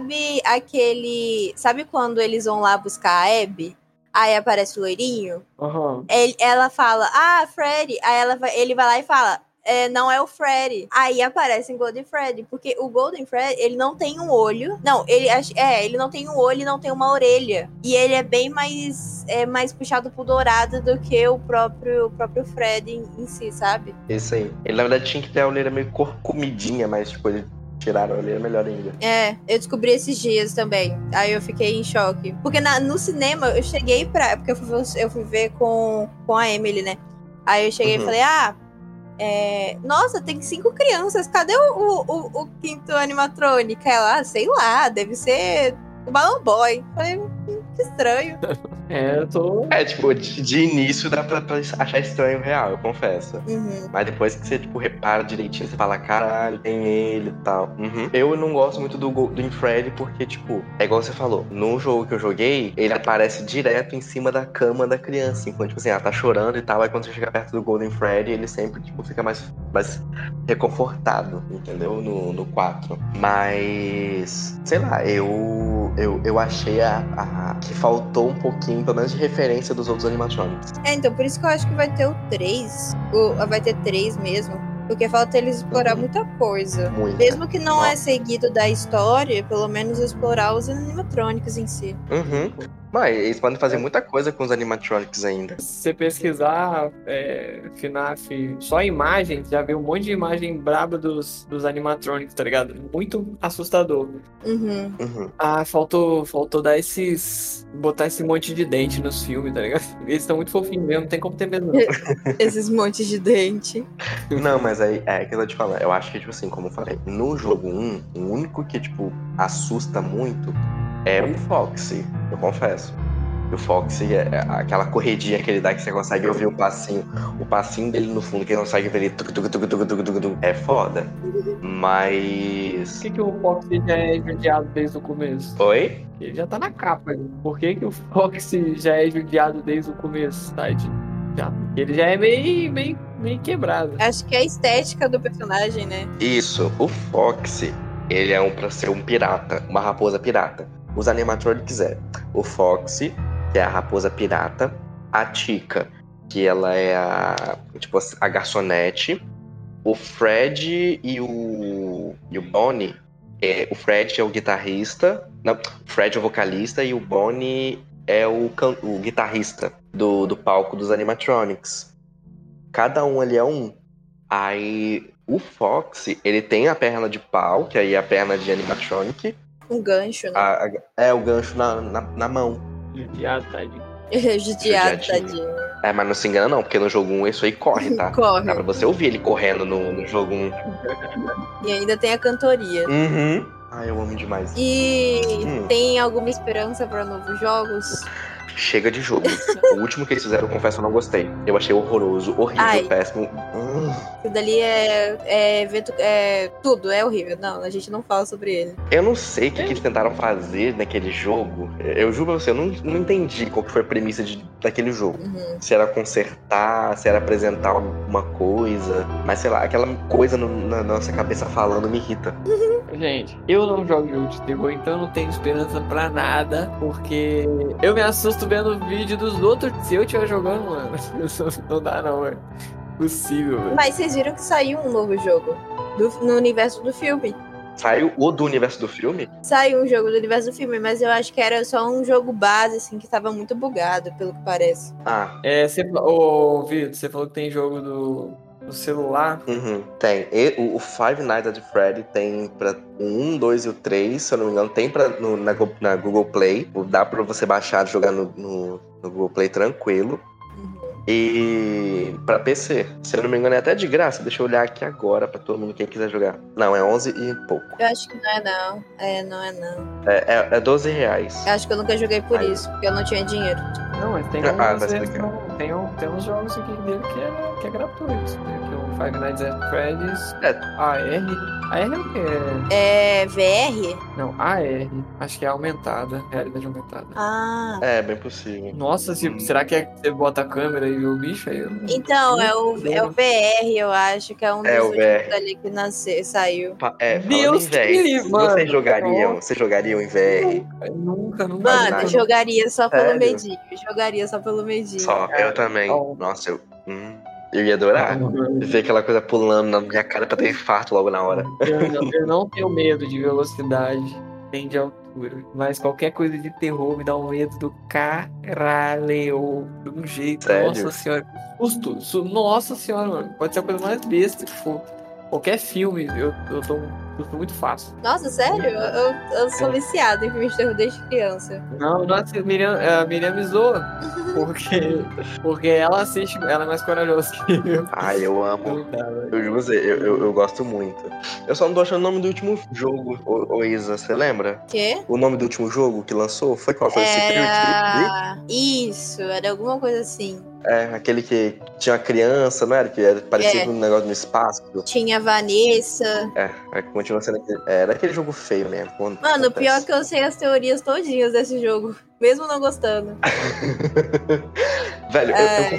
Sabe quando eles vão lá buscar a Abby? Aí aparece o loirinho. Uhum. Ela fala, Freddy. Aí ele vai lá e fala, não é o Freddy. Aí aparece o Golden Freddy. Porque o Golden Freddy, ele não tem um olho. Não, ele não tem um olho e não tem uma orelha. E ele é bem mais puxado pro dourado do que o próprio Freddy em si, sabe? Isso aí. Ele, na verdade, tinha que ter a olheira meio comidinha, mas, tipo, ele tiraram a olheira melhor ainda. Eu descobri esses dias também. Aí eu fiquei em choque. Porque no cinema eu cheguei porque eu fui ver com a Emily, né? Aí eu cheguei e falei, nossa, tem 5 crianças. Cadê o quinto animatrônica? Ela, sei lá, deve ser o Balloon Boy. Falei, que estranho. Eu tô... tipo, de início dá pra achar estranho real, eu confesso. Uhum. Mas depois que você, tipo, repara direitinho, você fala, caralho, tem ele e tal. Uhum. Eu não gosto muito do Golden Freddy porque, tipo, é igual você falou, no jogo que eu joguei, ele aparece direto em cima da cama da criança. Enquanto, tipo assim, ela tá chorando e tal, aí quando você chega perto do Golden Freddy, ele sempre, tipo, fica mais reconfortado, entendeu? No 4. Mas, sei lá, eu achei que faltou um pouquinho, pelo menos de referência dos outros animatronics. Então, por isso que eu acho que vai ter o 3. Vai ter 3 mesmo. Porque falta eles explorar muita coisa. Mesmo que não é seguido da história, pelo menos explorar os animatrônicos em si. Uhum. Mas eles podem fazer muita coisa com os animatronics ainda. Se você pesquisar FNAF só imagens, já vê um monte de imagem braba dos animatronics, tá ligado? Muito assustador. Uhum. Faltou botar esse monte de dente nos filmes, tá ligado? Eles estão muito fofinhos mesmo, não tem como ter medo não. Esses montes de dente. Não, mas aí é aquilo que eu te falar. Eu acho que, tipo assim, como eu falei, no jogo 1, o único que, tipo, assusta muito é o Foxy, eu confesso. O Foxy é aquela corredinha que ele dá que você consegue ouvir o passinho dele no fundo, que ele consegue ver ele é foda. Mas... Por que o Foxy já é judiado desde o começo? Oi? Ele já tá na capa. Por que o Foxy já é judiado desde o começo, Tide? Ele já é meio quebrado. Acho que é a estética do personagem, né? Isso, o Foxy, ele é pra ser um pirata, uma raposa pirata. Os animatronics o Foxy, que é a raposa pirata, a Chica, que ela é a garçonete, o Fred e o Bonnie, O Fred é o guitarrista. Não, o Fred é o vocalista e o Bonnie é o guitarrista do palco dos animatronics. Cada um ali é um. Aí o Foxy, ele tem a perna de pau, que aí é a perna de animatronic. Um gancho, né? O gancho na mão. Judiado, tadinho. Judiado, tadinho. Mas não se engana não, porque no jogo 1 isso aí corre, tá? Corre. Dá pra você ouvir ele correndo no jogo 1. E ainda tem a cantoria. Uhum. Eu amo demais. E tem alguma esperança pra novos jogos? Chega de jogo. O último que eles fizeram, eu confesso, eu não gostei. Eu achei horroroso, horrível, péssimo. Isso dali tudo, é horrível. Não, a gente não fala sobre ele. Eu não sei o que eles tentaram fazer naquele jogo. Eu juro pra você, eu não entendi qual que foi a premissa daquele jogo. Se era consertar, se era apresentar alguma coisa. Mas sei lá, aquela coisa na nossa cabeça falando me irrita. Gente, eu não jogo jogo de terror, então eu não tenho esperança pra nada, porque eu me assusto vendo o vídeo dos outros. Se eu estiver jogando, mano, não dá não, velho. Possível, velho. Mas vocês viram que saiu um novo jogo no universo do filme? Saiu o do universo do filme? Saiu um jogo do universo do filme, mas eu acho que era só um jogo base, assim, que tava muito bugado, pelo que parece. Vitor, você falou que tem jogo do celular? Tem. O Five Nights at Freddy tem pra o 1, 2 e o 3, se eu não me engano, tem na Google Play. Dá pra você baixar e jogar no Google Play tranquilo. E pra PC, se eu não me engano, é até de graça. Deixa eu olhar aqui agora pra todo mundo, quem quiser jogar. Não, é 11 e pouco. Eu acho que não é não. Não é não. É R$12. Eu acho que eu nunca joguei por isso, porque eu não tinha dinheiro. Não, mas tem tem uns jogos aqui dele que é gratuito. Tem aqui o Five Nights at Freddy's. AR é o quê? É VR? Não, AR. Acho que é aumentada. Realidade aumentada. É, bem possível. Nossa, será que você bota a câmera e vê o bicho aí? Então, é o VR, eu acho, que é um dos últimos ali que saiu. Deus que livre, mano. Vocês jogariam em VR? Nunca. Mano, jogaria só pelo medinho. Só, eu também. Nossa, eu ia adorar ver aquela coisa pulando na minha cara pra ter infarto logo na hora. Eu não tenho medo de velocidade, nem de altura. Mas qualquer coisa de terror me dá um medo do caralho. De um jeito. Sério? Nossa senhora. Susto. Nossa senhora, mano. Pode ser a coisa mais besta que for. Qualquer filme, eu tô muito fácil. Nossa, sério? Eu sou viciada em filmes de terror desde criança. Não, nossa, a Miriam me zoa. Porque ela assiste, ela é mais corajosa que eu. Eu amo. Eu juro você, eu gosto muito. Eu só não tô achando o nome do último jogo, ô Isa, você lembra? Quê? O nome do último jogo que lançou foi qual? Foi Isso, era alguma coisa assim. Aquele que tinha uma criança, não era? Que parecia um negócio no espaço. Tinha a Vanessa. Continua sendo era aquele jogo feio mesmo. Mano, o pior é que eu sei as teorias todinhas desse jogo, mesmo não gostando. Velho,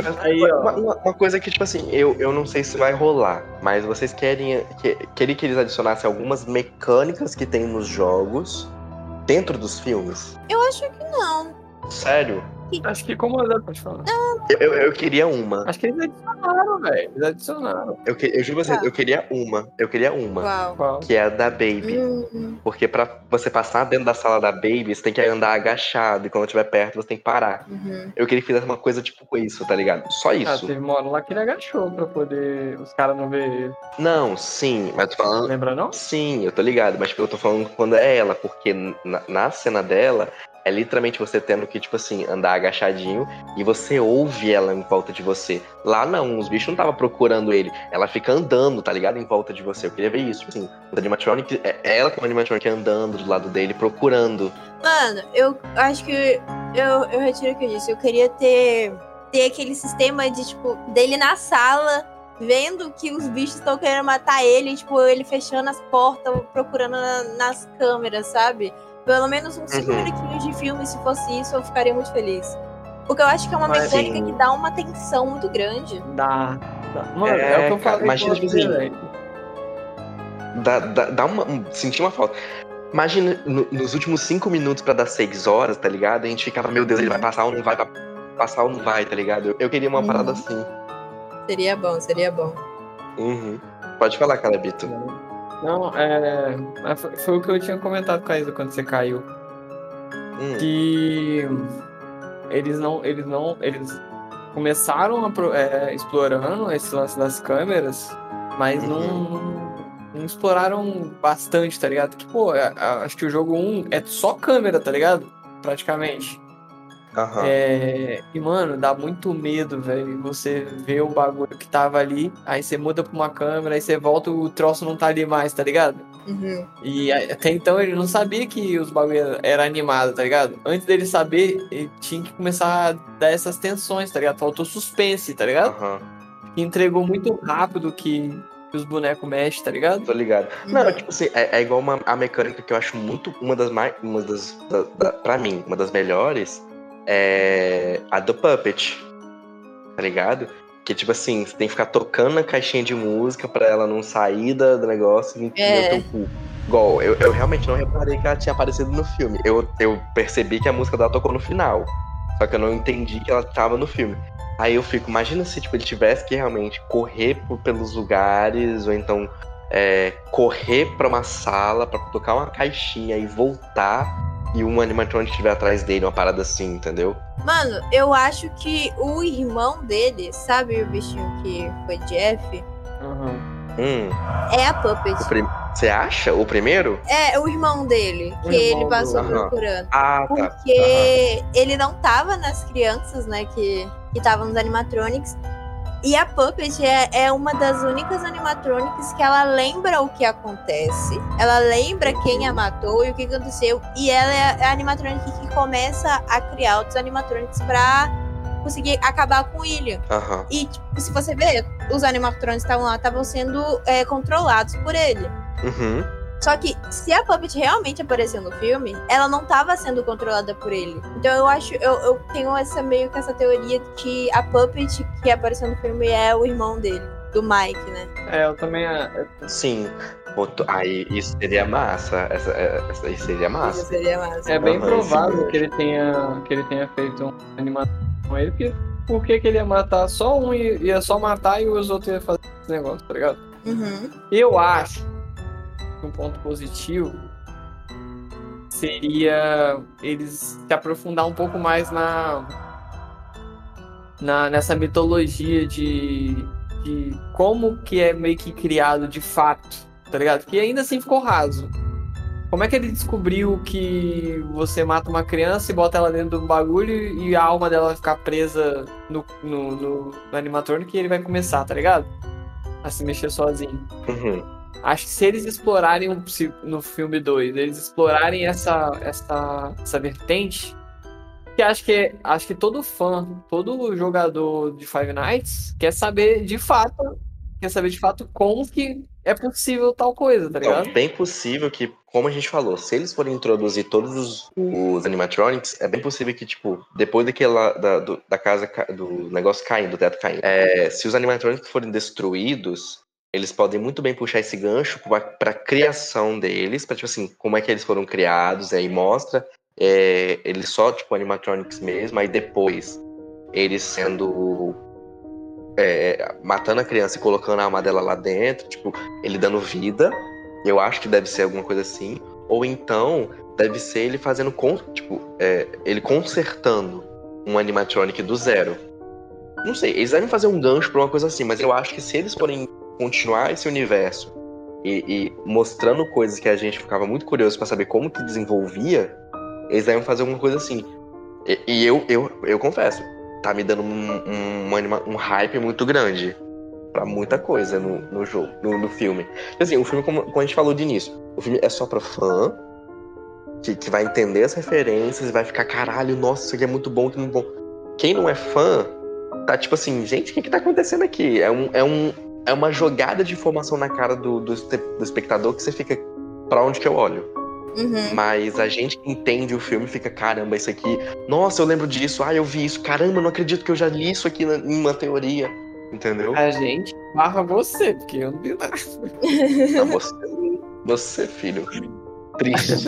uma coisa que, tipo assim, eu não sei se vai rolar, mas vocês queria que eles adicionassem algumas mecânicas que tem nos jogos dentro dos filmes? Eu acho que não. Sério? Acho que como a pode falar. Eu queria uma. Acho que eles adicionaram, velho. Eles adicionaram. Eu juro pra você, eu queria uma. Qual? Que é a da Baby. Porque pra você passar dentro da sala da Baby, você tem que andar agachado. E quando estiver perto, você tem que parar. Eu queria que fizesse uma coisa tipo isso, tá ligado? Só isso. Teve uma hora lá que ele agachou pra poder os caras não ver ele. Não, sim, mas tô falando... Lembra não? Sim, eu tô ligado. Mas eu tô falando quando é ela. Porque na cena dela... É literalmente você tendo que, tipo assim, andar agachadinho e você ouve ela em volta de você. Lá não, os bichos não estavam procurando ele. Ela fica andando, tá ligado? Em volta de você. Eu queria ver isso, tipo assim. O animatronic, ela como animatronic andando do lado dele, procurando. Mano, eu acho que... Eu retiro o que eu disse. Eu queria ter aquele sistema de, tipo, dele na sala, vendo que os bichos estão querendo matar ele, tipo, ele fechando as portas, procurando nas câmeras, sabe? Pelo menos uns 5 minutinhos de filme, se fosse isso, eu ficaria muito feliz. Porque eu acho que é uma mecânica que dá uma tensão muito grande. Dá. Mano, é o que eu falei. Imagina, tipo assim, dá sentir uma falta. Imagina, nos últimos 5 minutos pra dar 6 horas, tá ligado? A gente ficava, meu Deus, ele vai passar ou não vai, passar ou não vai, tá ligado? Eu queria uma parada assim. Seria bom. Pode falar, Calebito. Não, foi o que eu tinha comentado com a Isa quando você caiu. Que eles começaram explorando esse lance das câmeras, mas não exploraram bastante, tá ligado? Que, pô, acho que o jogo 1 é só câmera, tá ligado? Praticamente. E, mano, dá muito medo, velho. Você vê o bagulho que tava ali, aí você muda pra uma câmera, aí você volta, o troço não tá ali mais, tá ligado? E até então ele não sabia que os bagulhos eram animados, tá ligado? Antes dele saber, ele tinha que começar a dar essas tensões, tá ligado? Faltou suspense, tá ligado? E entregou muito rápido que os bonecos mexem, tá ligado? Tô ligado. Não, tipo assim, é igual a mecânica que eu acho muito pra mim, uma das melhores é a do Puppet, tá ligado? Que tipo assim, você tem que ficar tocando na caixinha de música pra ela não sair do negócio e entender o teu cu. Igual, eu realmente não reparei que ela tinha aparecido no filme. Eu percebi que a música dela tocou no final. Só que eu não entendi que ela tava no filme. Aí eu fico, imagina se tipo, ele tivesse que realmente correr pelos lugares, ou então correr pra uma sala pra tocar uma caixinha e voltar, e um animatronic estiver atrás dele, uma parada assim, entendeu? Mano, eu acho que o irmão dele, sabe o bichinho que foi Jeff? É a Puppet. Você acha? O primeiro? É, o irmão dele, que ele passou procurando. Porque ele não tava nas crianças, né, que estavam nos animatronics. E a Puppet é uma das únicas animatronics que ela lembra o que acontece. Ela lembra quem a matou e o que aconteceu. E ela é a animatronic que começa a criar outros animatronics pra conseguir acabar com o William. E, tipo, se você ver, os animatronics estavam lá, estavam sendo controlados por ele. Só que, se a Puppet realmente apareceu no filme, ela não estava sendo controlada por ele. Então eu tenho meio que essa teoria de que a Puppet que apareceu no filme é o irmão dele, do Mike, né? Eu também... Sim. Aí isso seria massa. Essa aí seria massa. Isso seria massa. É bem provável que ele tenha feito uma animação com ele, porque que ele ia matar só um, ia só matar, e os outros iam fazer esse negócio, tá ligado? Eu acho um ponto positivo seria eles se aprofundar um pouco mais nessa mitologia de como que é meio que criado de fato, tá ligado? Que ainda assim ficou raso. Como é que ele descobriu que você mata uma criança e bota ela dentro do bagulho e a alma dela vai ficar presa no animatronic e ele vai começar, tá ligado? A se mexer sozinho. Acho que se eles explorarem no filme 2, eles explorarem essa vertente, que acho que todo fã, todo jogador de Five Nights quer saber de fato como que é possível tal coisa, tá ligado? Então, bem possível que, como a gente falou, se eles forem introduzir todos os animatronics, é bem possível que, tipo, depois da casa, do negócio caindo, do teto caindo, se os animatronics forem destruídos, eles podem muito bem puxar esse gancho pra criação deles, pra, tipo assim, como é que eles foram criados, aí mostra eles só, tipo, animatronics mesmo, aí depois eles sendo matando a criança e colocando a alma dela lá dentro, tipo, ele dando vida. Eu acho que deve ser alguma coisa assim. Ou então, deve ser ele fazendo, ele consertando um animatronic do zero. Não sei, eles devem fazer um gancho pra uma coisa assim, mas eu acho que se eles forem continuar esse universo e mostrando coisas que a gente ficava muito curioso pra saber como que desenvolvia, eles devem fazer alguma coisa assim. E eu confesso, tá me dando um hype muito grande pra muita coisa no jogo, no filme. Assim, o filme, como a gente falou de início, o filme é só pra fã, que vai entender as referências e vai ficar, caralho, nossa, isso aqui é muito bom, muito bom. Quem não é fã, tá tipo assim, gente, o que tá acontecendo aqui? É uma jogada de informação na cara do espectador que você fica, pra onde que eu olho? Mas a gente que entende o filme fica, caramba, isso aqui, nossa, eu lembro disso, eu vi isso, caramba, não acredito que eu já li isso aqui em uma teoria, entendeu? A gente barra você, porque eu não vi nada. Não, você, filho, triste.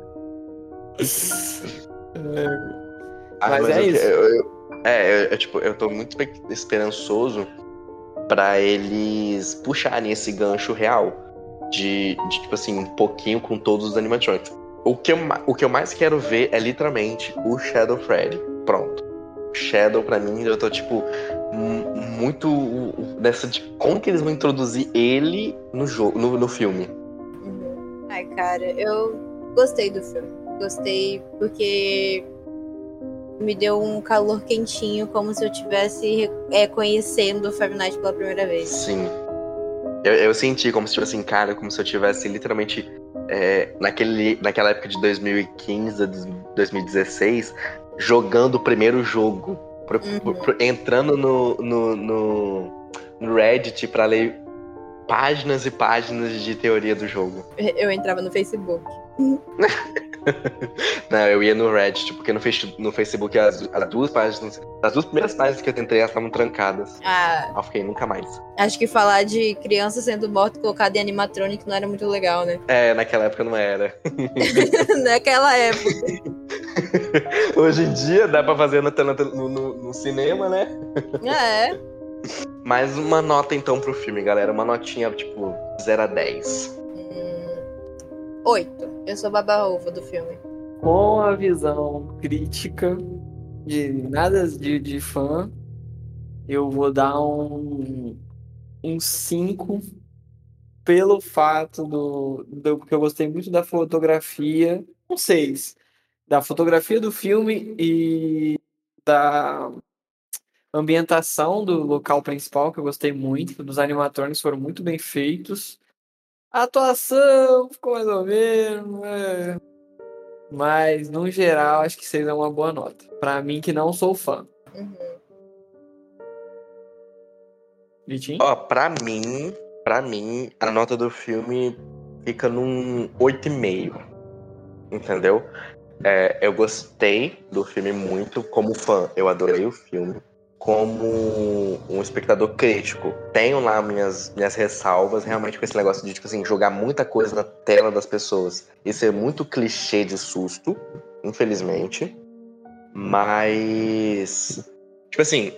Mas é isso. Eu tô muito esperançoso pra eles puxarem esse gancho real. tipo assim, um pouquinho com todos os animatronics. O que eu mais quero ver é literalmente o Shadow Freddy. Pronto. Shadow, pra mim, eu tô, tipo, muito nessa de como que eles vão introduzir ele no jogo, no filme. Ai, cara, eu gostei do filme. Gostei porque me deu um calor quentinho, como se eu estivesse conhecendo o Five Nights pela primeira vez. Sim. Eu senti como se, tipo assim, cara, como se eu tivesse literalmente naquela época de 2015, 2016, jogando o primeiro jogo. Entrando no Reddit pra ler páginas e páginas de teoria do jogo. Eu entrava no Facebook. Não, eu ia no Reddit, porque no Facebook as duas primeiras páginas que eu tentei, elas estavam trancadas. Eu fiquei nunca mais. Acho que falar de criança sendo morta colocada em animatronic não era muito legal, né? Naquela época não era. Naquela época. Hoje em dia dá pra fazer no cinema, né? Mais uma nota então pro filme, galera. Uma notinha tipo 0 a 10. 8. Eu sou baba-ovo do filme. Com a visão crítica de nada de fã, eu vou dar um 5 pelo fato do que eu gostei muito da fotografia. Um 6. Da fotografia do filme e da ambientação do local principal, que eu gostei muito. Dos animatrônicos foram muito bem feitos. A atuação ficou mais ou menos, mas no geral acho que 6 é uma boa nota. Pra mim que não sou fã. Vitinho? Pra mim, a nota do filme fica num 8,5. Entendeu? Eu gostei do filme muito. Como fã, eu adorei o filme. Como um espectador crítico, tenho lá minhas ressalvas realmente com esse negócio de, tipo assim, jogar muita coisa na tela das pessoas e ser muito clichê de susto, infelizmente. Mas, tipo assim,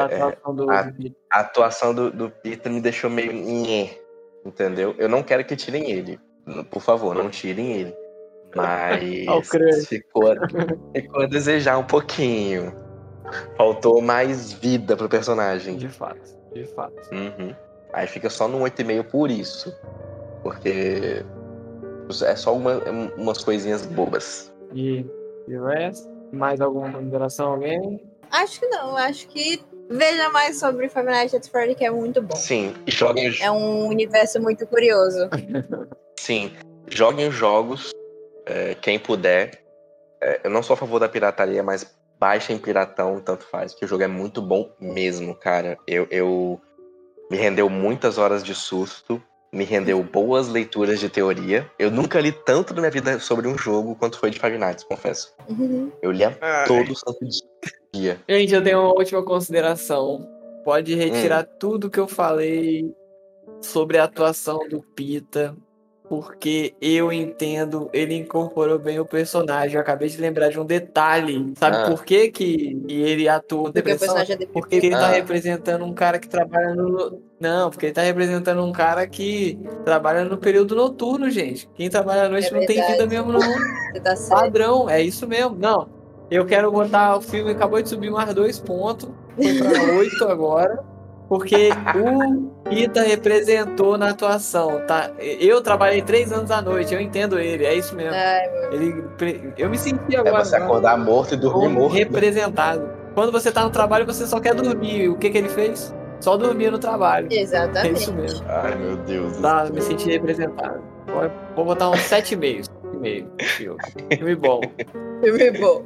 a atuação do Peter me deixou meio entendeu? Eu não quero que tirem ele. Por favor, não tirem ele. Mas ficou a desejar um pouquinho. Faltou mais vida pro personagem. De fato. Uhum. Aí fica só no 8,5 por isso. Porque é só umas coisinhas bobas. E o resto? Mais alguma consideração, alguém? Acho que não. Acho que veja mais sobre Five Nights at Freddy, que é muito bom. Sim, e joguem... É um universo muito curioso. Sim, joguem os jogos, quem puder. Eu não sou a favor da pirataria, mas baixem piratão, tanto faz, que o jogo é muito bom mesmo, cara. Eu me rendeu muitas horas de susto, me rendeu boas leituras de teoria. Eu nunca li tanto na minha vida sobre um jogo quanto foi de Five Nights, confesso. Eu lia todo santo dia. Gente, eu tenho uma última consideração. Pode retirar tudo que eu falei sobre a atuação do Pita, porque eu entendo, ele incorporou bem o personagem. Eu acabei de lembrar de um detalhe. Sabe por que ele atua depressão? Porque ele tá representando um cara que trabalha no... Não, porque ele tá representando um cara que trabalha no período noturno, gente. Quem trabalha à noite não tem vida mesmo, não. Você tá certo. Padrão, é isso mesmo. Não, eu quero botar o filme, acabou de subir mais 2 pontos. Foi pra 8 agora. Porque o Pita representou na atuação, tá? Eu trabalhei 3 anos à noite, eu entendo ele, é isso mesmo. Eu me senti agora. Você acordar morto e dormir morto. Representado. Quando você tá no trabalho, você só quer dormir. O que ele fez? Só dormir no trabalho. Exatamente. É isso mesmo. Ai, meu Deus. Tá, me senti representado. Vou botar uns 7,5. Filme bom. Filme bom.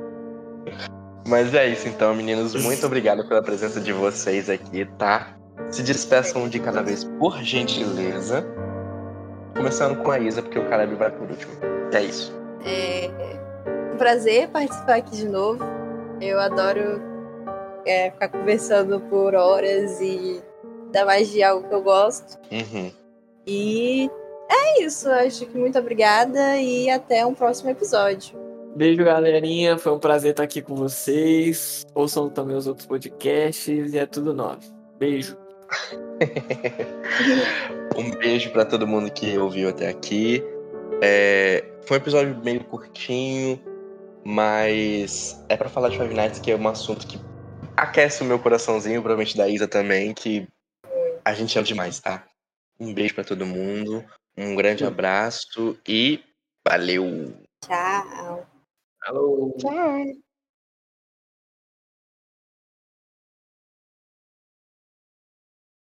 Mas é isso então, meninos. Muito obrigado pela presença de vocês aqui, tá? Se despeçam de cada vez, por gentileza. Começando com a Isa, porque o Caleb vai por último. É isso. É um prazer participar aqui de novo. Eu adoro ficar conversando por horas e dar mais de algo que eu gosto. E é isso. Acho que muito obrigada e até um próximo episódio. Beijo, galerinha. Foi um prazer estar aqui com vocês. Ouçam também os outros podcasts e é tudo nosso. Beijo. Um beijo pra todo mundo que ouviu até aqui. Foi um episódio meio curtinho, mas é pra falar de Five Nights, que é um assunto que aquece o meu coraçãozinho, provavelmente da Isa também, que a gente ama demais, tá? Um beijo pra todo mundo, um grande abraço e valeu! Tchau. Alô. Tchau!